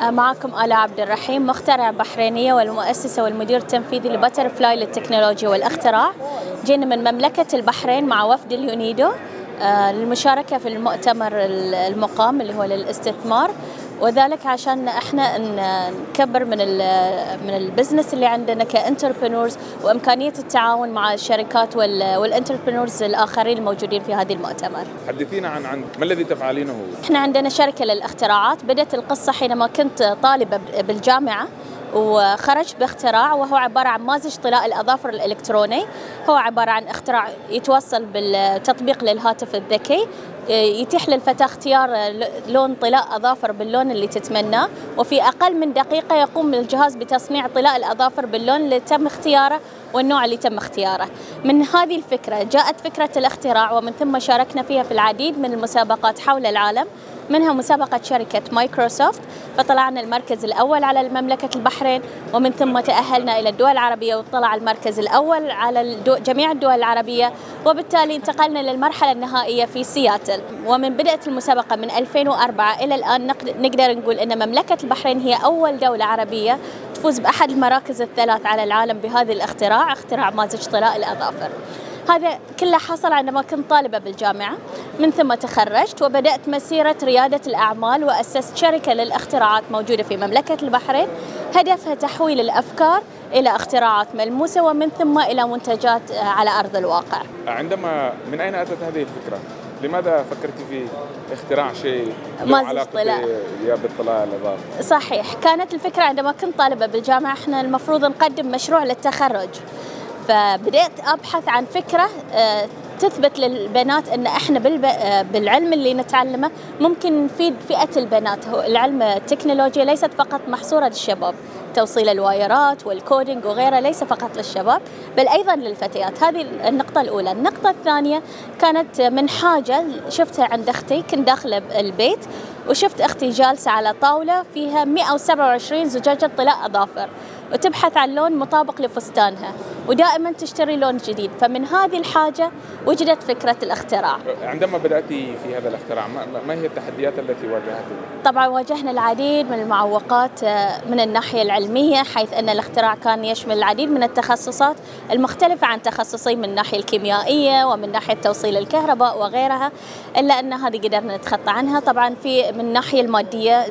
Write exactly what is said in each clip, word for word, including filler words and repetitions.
معكم آلاء عبد الرحيم، مخترع بحرينية والمؤسسة والمدير التنفيذي لباترفلاي للتكنولوجيا والاختراع. جينا من مملكة البحرين مع وفد اليونيدو للمشاركة في المؤتمر المقام اللي هو للاستثمار، وذلك عشان احنا نكبر من من البزنس اللي عندنا كانتربرنورز وامكانيه التعاون مع الشركات والانتربرنورز الاخرين الموجودين في هذه المؤتمر. حدثينا عن عن ما الذي تفعلينه؟ احنا عندنا شركه للاختراعات، بدأت القصه حينما كنت طالبه بالجامعه وخرجت باختراع وهو عبارة عن مازج طلاء الأظافر الإلكتروني. هو عبارة عن اختراع يتوصل بالتطبيق للهاتف الذكي، يتيح للفتاة اختيار لون طلاء أظافر باللون اللي تتمناه، وفي أقل من دقيقة يقوم الجهاز بتصنيع طلاء الأظافر باللون اللي تم اختياره والنوع اللي تم اختياره. من هذه الفكرة جاءت فكرة الاختراع، ومن ثم شاركنا فيها في العديد من المسابقات حول العالم، منها مسابقة شركة مايكروسوفت، فطلعنا المركز الأول على مملكة البحرين، ومن ثم تأهلنا إلى الدول العربية وطلع المركز الأول على الدو جميع الدول العربية، وبالتالي انتقلنا للمرحلة النهائية في سياتل. ومن بدأت المسابقة من ألفين وأربعة إلى الآن نقدر نقول أن مملكة البحرين هي أول دولة عربية تفوز بأحد المراكز الثلاث على العالم بهذا الاختراع، اختراع مازج طلاء الأظافر. هذا كله حصل عندما كنت طالبة بالجامعة، من ثم تخرجت وبدأت مسيرة ريادة الأعمال وأسست شركة للاختراعات موجودة في مملكة البحرين، هدفها تحويل الأفكار إلى اختراعات ملموسة ومن ثم إلى منتجات على أرض الواقع. عندما من أين أتت هذه الفكرة؟ لماذا فكرت في اختراع شيء له علاقة بالطلاء الأظافر؟ صحيح، كانت الفكرة عندما كنت طالبة بالجامعة احنا المفروض نقدم مشروع للتخرج، فبدأت أبحث عن فكرة تثبت للبنات أن إحنا بالعلم اللي نتعلمه ممكن نفيد فئة البنات. هو العلم التكنولوجيا ليست فقط محصورة للشباب، توصيل الوايرات والكودينج وغيرها ليس فقط للشباب بل أيضا للفتيات. هذه النقطة الأولى. النقطة الثانية كانت من حاجة شفتها عند أختي، كنت داخلة البيت وشفت أختي جالسة على طاولة فيها مئة وسبعة وعشرين زجاجة طلاء أظافر وتبحث عن لون مطابق لفستانها، ودائما تشتري لون جديد. فمن هذه الحاجة وجدت فكرة الاختراع. عندما بدأتي في هذا الاختراع ما هي التحديات التي واجهتك؟ طبعا واجهنا العديد من المعوقات من الناحية العلمية، حيث أن الاختراع كان يشمل العديد من التخصصات المختلفة عن تخصصي من الناحية الكيميائية ومن ناحية توصيل الكهرباء وغيرها، إلا أن هذه قدرنا نتخطى عنها. طبعا في من الناحية المادية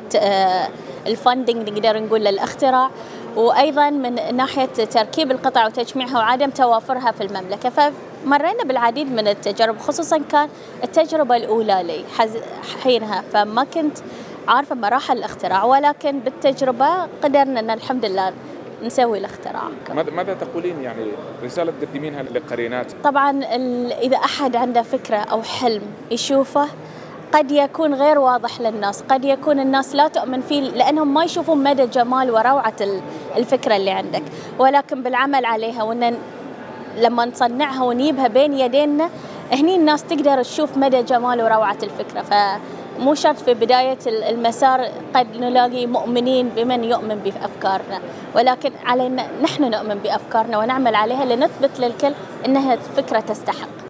الفاندنج نقدر نقول للاختراع، وأيضا من ناحية تركيب القطع وتجميعها وعدم توافرها في المملكة. فمرينا بالعديد من التجارب، خصوصا كان التجربة الأولى لي حينها فما كنت عارفة مراحل الاختراع، ولكن بالتجربة قدرنا أن الحمد لله نسوي الاختراع. ماذا تقولين يعني رسالة تقدمينها للقرينات؟ طبعا إذا أحد عنده فكرة أو حلم يشوفه قد يكون غير واضح للناس، قد يكون الناس لا تؤمن فيه لأنهم ما يشوفون مدى جمال وروعة الفكرة اللي عندك، ولكن بالعمل عليها وأن لما نصنعها ونجيبها بين يدينا هني الناس تقدر تشوف مدى جمال وروعة الفكرة. فمو شرط في بداية المسار قد نلاقي مؤمنين بمن يؤمن بأفكارنا، ولكن علينا نحن نؤمن بأفكارنا ونعمل عليها لنثبت للكل أنها فكرة تستحق.